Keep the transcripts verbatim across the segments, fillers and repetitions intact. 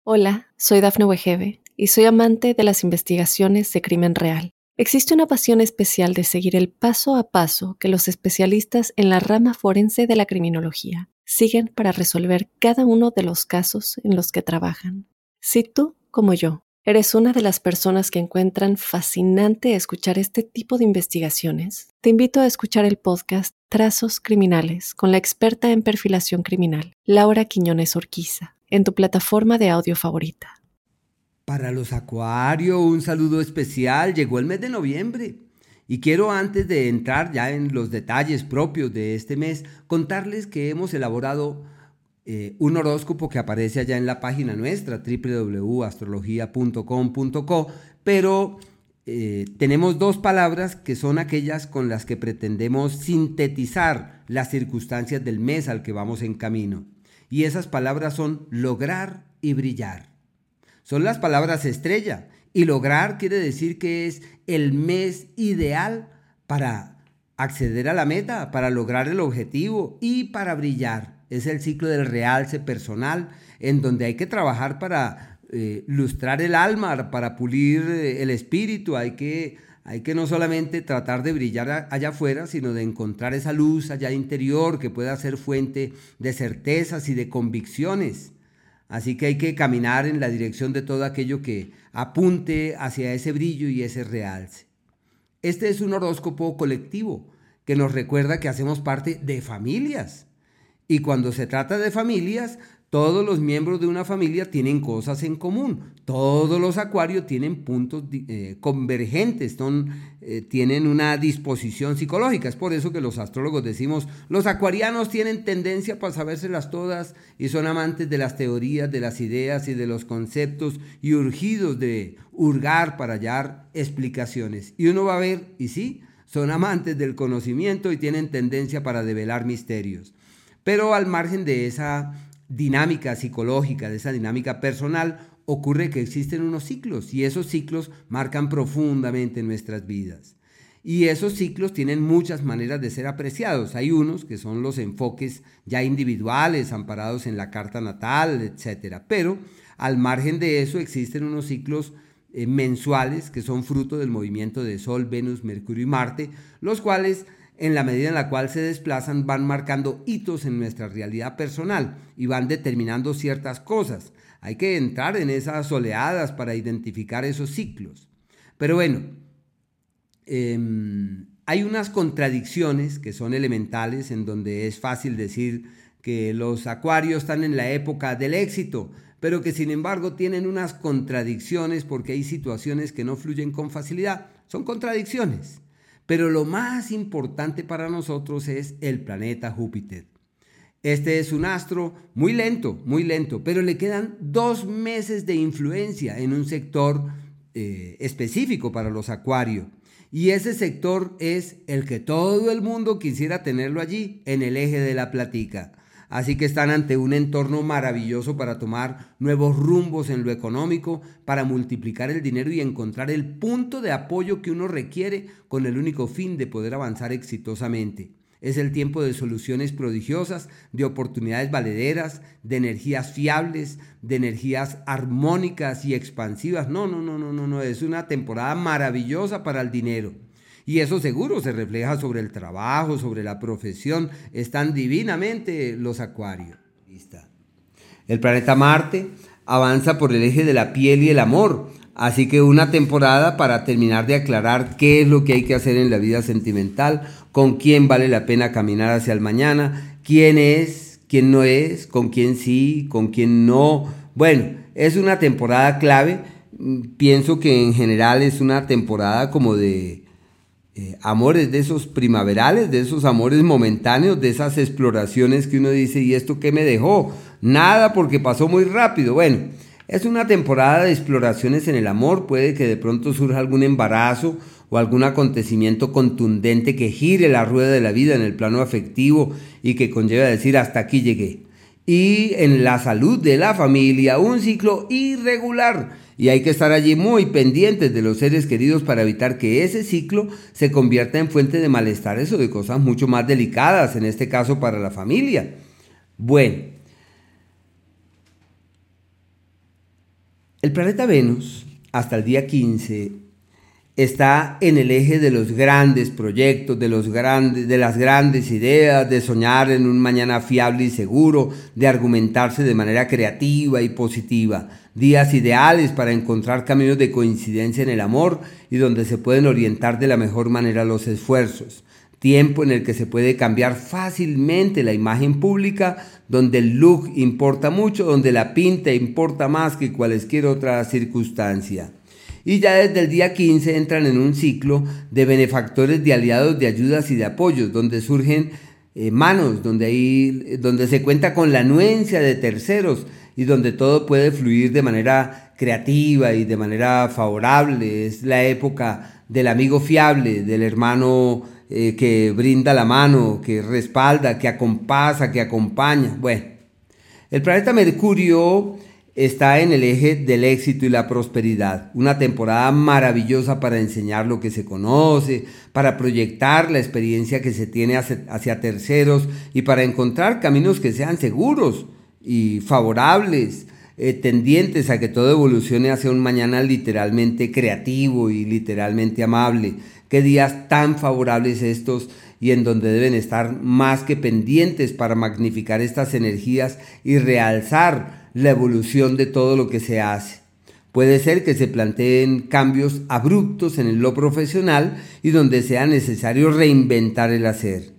Hola, soy Dafne Wegebe y soy amante de las investigaciones de crimen real. Existe una pasión especial de seguir el paso a paso que los especialistas en la rama forense de la criminología siguen para resolver cada uno de los casos en los que trabajan. Si tú, como yo, eres una de las personas que encuentran fascinante escuchar este tipo de investigaciones, te invito a escuchar el podcast Trazos Criminales con la experta en perfilación criminal, Laura Quiñones Orquiza, en tu plataforma de audio favorita. Para los Acuario, un saludo especial. Llegó el mes de noviembre y quiero, antes de entrar ya en los detalles propios de este mes, contarles que hemos elaborado eh, un horóscopo que aparece allá en la página nuestra doble u doble u doble u punto astrología punto com punto co, pero eh, tenemos dos palabras que son aquellas con las que pretendemos sintetizar las circunstancias del mes al que vamos en camino, y esas palabras son lograr y brillar. Son las palabras estrella, y lograr quiere decir que es el mes ideal para acceder a la meta, para lograr el objetivo, y para brillar es el ciclo del realce personal, en donde hay que trabajar para eh, lustrar el alma, para pulir eh, el espíritu. Hay que, hay que no solamente tratar de brillar a, allá afuera, sino de encontrar esa luz allá interior que pueda ser fuente de certezas y de convicciones. Así que hay que caminar en la dirección de todo aquello que apunte hacia ese brillo y ese realce. Este es un horóscopo colectivo que nos recuerda que hacemos parte de familias. Y cuando se trata de familias, todos los miembros de una familia tienen cosas en común. Todos los acuarios tienen puntos eh, convergentes, son, eh, tienen una disposición psicológica. Es por eso que los astrólogos decimos, los acuarianos tienen tendencia para sabérselas todas y son amantes de las teorías, de las ideas y de los conceptos, y urgidos de hurgar para hallar explicaciones. Y uno va a ver, y sí, son amantes del conocimiento y tienen tendencia para develar misterios. Pero al margen de esa dinámica psicológica, de esa dinámica personal, ocurre que existen unos ciclos, y esos ciclos marcan profundamente nuestras vidas. Y esos ciclos tienen muchas maneras de ser apreciados. Hay unos que son los enfoques ya individuales, amparados en la carta natal, etcétera. Pero al margen de eso existen unos ciclos eh, mensuales que son fruto del movimiento de Sol, Venus, Mercurio y Marte, los cuales, en la medida en la cual se desplazan, van marcando hitos en nuestra realidad personal y van determinando ciertas cosas. Hay que entrar en esas oleadas para identificar esos ciclos. Pero bueno, eh, hay unas contradicciones que son elementales, en donde es fácil decir que los acuarios están en la época del éxito, pero que sin embargo tienen unas contradicciones porque hay situaciones que no fluyen con facilidad. Son contradicciones. Pero lo más importante para nosotros es el planeta Júpiter. Este es un astro muy lento, muy lento, pero le quedan dos meses de influencia en un sector eh, específico para los acuarios. Y ese sector es el que todo el mundo quisiera tenerlo allí, en el eje de la platica. Así que están ante un entorno maravilloso para tomar nuevos rumbos en lo económico, para multiplicar el dinero y encontrar el punto de apoyo que uno requiere con el único fin de poder avanzar exitosamente. Es el tiempo de soluciones prodigiosas, de oportunidades valederas, de energías fiables, de energías armónicas y expansivas. No, no, no, no, no, no. Es una temporada maravillosa para el dinero. Y eso seguro se refleja sobre el trabajo, sobre la profesión. Están divinamente los acuarios. El planeta Marte avanza por el eje de la piel y el amor. Así que una temporada para terminar de aclarar qué es lo que hay que hacer en la vida sentimental, con quién vale la pena caminar hacia el mañana, quién es, quién no es, con quién sí, con quién no. Bueno, es una temporada clave. Pienso que en general es una temporada como de Eh, amores de esos primaverales, de esos amores momentáneos, de esas exploraciones que uno dice, ¿y esto qué me dejó? Nada, porque pasó muy rápido. Bueno, es una temporada de exploraciones en el amor. Puede que de pronto surja algún embarazo o algún acontecimiento contundente que gire la rueda de la vida en el plano afectivo y que conlleve a decir, hasta aquí llegué. Y en la salud de la familia, un ciclo irregular. Y hay que estar allí muy pendientes de los seres queridos para evitar que ese ciclo se convierta en fuente de malestares o de cosas mucho más delicadas, en este caso para la familia. Bueno, El planeta Venus, hasta el día quince, está en el eje de los grandes proyectos, de, los grandes, de las grandes ideas, de soñar en un mañana fiable y seguro, de argumentarse de manera creativa y positiva. Días ideales para encontrar caminos de coincidencia en el amor y donde se pueden orientar de la mejor manera los esfuerzos. Tiempo en el que se puede cambiar fácilmente la imagen pública, donde el look importa mucho, donde la pinta importa más que cualquier otra circunstancia. Y ya desde el día quince entran en un ciclo de benefactores, de aliados, de ayudas y de apoyos, donde surgen eh, manos, donde, hay, donde se cuenta con la anuencia de terceros y donde todo puede fluir de manera creativa y de manera favorable. Es la época del amigo fiable, del hermano eh, que brinda la mano, que respalda, que acompasa, que acompaña. Bueno, el planeta Mercurio está en el eje del éxito y la prosperidad. Una temporada maravillosa para enseñar lo que se conoce, para proyectar la experiencia que se tiene hacia, hacia terceros y para encontrar caminos que sean seguros y favorables, eh, tendientes a que todo evolucione hacia un mañana literalmente creativo y literalmente amable. Qué días tan favorables estos, y en donde deben estar más que pendientes para magnificar estas energías y realzar la evolución de todo lo que se hace. Puede ser que se planteen cambios abruptos en lo profesional y donde sea necesario reinventar el hacer.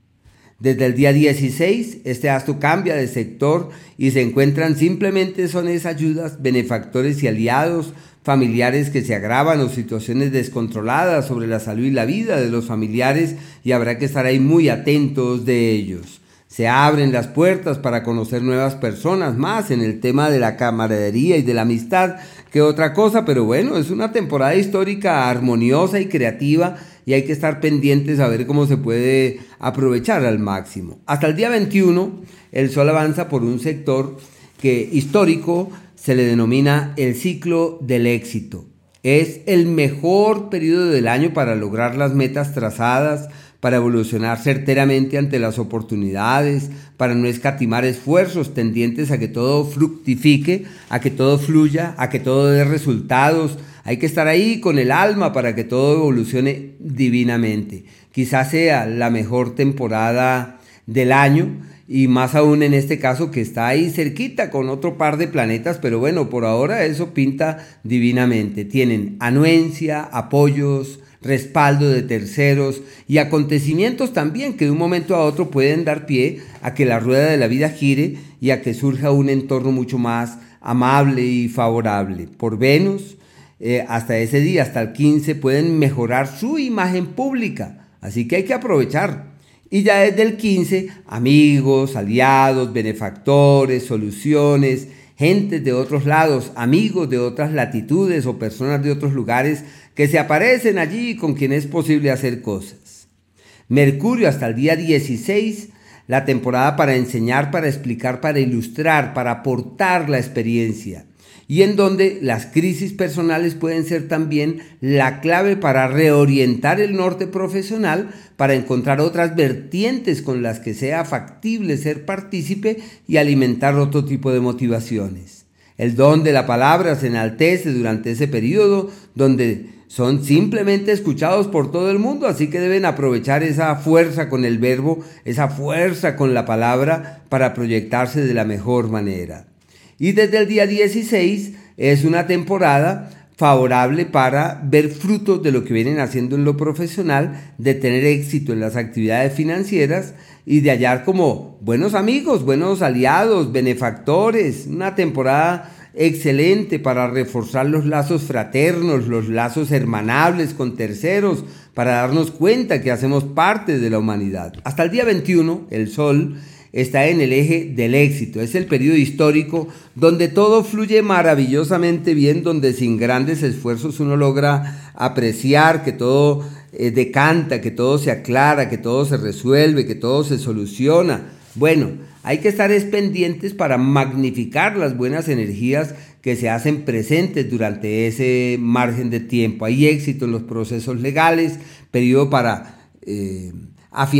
Desde el día dieciséis, este astro cambia de sector y se encuentran simplemente son esas ayudas, benefactores y aliados, familiares que se agravan o situaciones descontroladas sobre la salud y la vida de los familiares, y habrá que estar ahí muy atentos de ellos. Se abren las puertas para conocer nuevas personas, más en el tema de la camaradería y de la amistad que otra cosa, pero bueno, es una temporada histórica armoniosa y creativa y hay que estar pendientes a ver cómo se puede aprovechar al máximo. Hasta el día veintiuno, el Sol avanza por un sector que histórico se le denomina el ciclo del éxito. Es el mejor periodo del año para lograr las metas trazadas, para evolucionar certeramente ante las oportunidades, para no escatimar esfuerzos tendientes a que todo fructifique, a que todo fluya, a que todo dé resultados. Hay que estar ahí con el alma para que todo evolucione divinamente. Quizás sea la mejor temporada del año, y más aún en este caso que está ahí cerquita con otro par de planetas, pero bueno, por ahora eso pinta divinamente. Tienen anuencia, apoyos, respaldo de terceros y acontecimientos también que de un momento a otro pueden dar pie a que la rueda de la vida gire y a que surja un entorno mucho más amable y favorable. Por Venus, eh, hasta ese día, hasta el quince, pueden mejorar su imagen pública, así que hay que aprovechar. Y ya desde el quince, amigos, aliados, benefactores, soluciones, gentes de otros lados, amigos de otras latitudes o personas de otros lugares que se aparecen allí con quien es posible hacer cosas. Mercurio hasta el día dieciséis, la temporada para enseñar, para explicar, para ilustrar, para aportar la experiencia. Y en donde las crisis personales pueden ser también la clave para reorientar el norte profesional, para encontrar otras vertientes con las que sea factible ser partícipe y alimentar otro tipo de motivaciones. El don de la palabra se enaltece durante ese periodo, donde son simplemente escuchados por todo el mundo, así que deben aprovechar esa fuerza con el verbo, esa fuerza con la palabra para proyectarse de la mejor manera. Y desde el día dieciséis es una temporada favorable para ver frutos de lo que vienen haciendo en lo profesional, de tener éxito en las actividades financieras y de hallar como buenos amigos, buenos aliados, benefactores. Una temporada excelente para reforzar los lazos fraternos, los lazos hermanables con terceros, para darnos cuenta que hacemos parte de la humanidad. Hasta el día veintiuno, el Sol está en el eje del éxito. Es el periodo histórico donde todo fluye maravillosamente bien, donde sin grandes esfuerzos uno logra apreciar que todo eh, decanta, que todo se aclara, que todo se resuelve, que todo se soluciona. Bueno, hay que estar pendientes para magnificar las buenas energías que se hacen presentes durante ese margen de tiempo. Hay éxito en los procesos legales, periodo para Eh,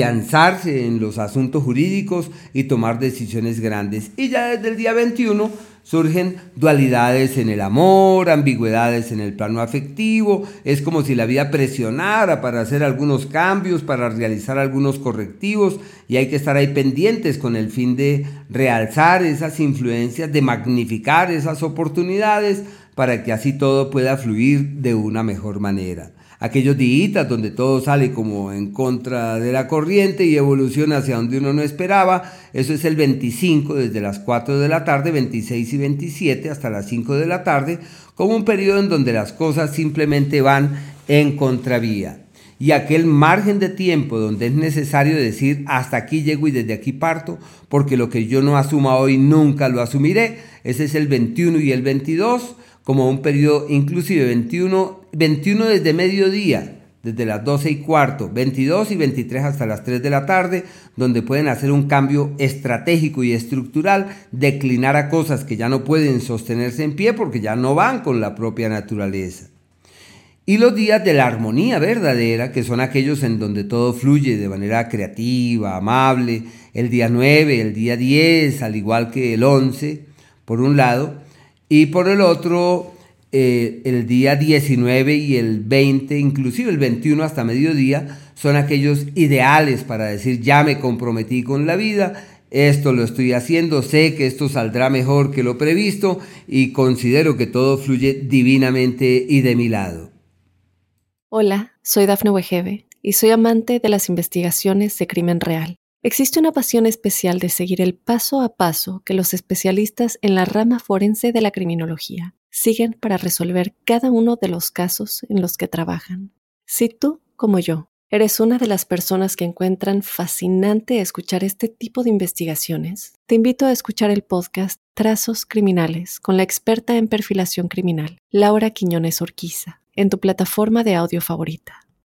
afianzarse en los asuntos jurídicos y tomar decisiones grandes. Y ya desde el día veintiuno surgen dualidades en el amor, ambigüedades en el plano afectivo. Es como si la vida presionara para hacer algunos cambios, para realizar algunos correctivos, y hay que estar ahí pendientes con el fin de realzar esas influencias, de magnificar esas oportunidades para que así todo pueda fluir de una mejor manera. Aquellos días donde todo sale como en contra de la corriente y evoluciona hacia donde uno no esperaba, eso es el veinticinco desde las cuatro de la tarde, veintiséis y veintisiete hasta las cinco de la tarde, como un periodo en donde las cosas simplemente van en contravía. Y aquel margen de tiempo donde es necesario decir hasta aquí llego y desde aquí parto, porque lo que yo no asuma hoy nunca lo asumiré, ese es el veintiuno y el veintidós, como un periodo inclusive veintiuno, veintiuno desde mediodía, desde las doce y cuarto, veintidós y veintitrés hasta las tres de la tarde, donde pueden hacer un cambio estratégico y estructural, declinar a cosas que ya no pueden sostenerse en pie porque ya no van con la propia naturaleza. Y los días de la armonía verdadera, que son aquellos en donde todo fluye de manera creativa, amable, el día nueve, el día diez, al igual que el once, por un lado, y por el otro, eh, el día diecinueve y el veinte, inclusive el veintiuno hasta mediodía, son aquellos ideales para decir ya me comprometí con la vida, esto lo estoy haciendo, sé que esto saldrá mejor que lo previsto y considero que todo fluye divinamente y de mi lado. Hola, soy Dafne Wegebe y soy amante de las investigaciones de crimen real. Existe una pasión especial de seguir el paso a paso que los especialistas en la rama forense de la criminología siguen para resolver cada uno de los casos en los que trabajan. Si tú, como yo, eres una de las personas que encuentran fascinante escuchar este tipo de investigaciones, te invito a escuchar el podcast Trazos Criminales con la experta en perfilación criminal, Laura Quiñones Orquiza, en tu plataforma de audio favorita.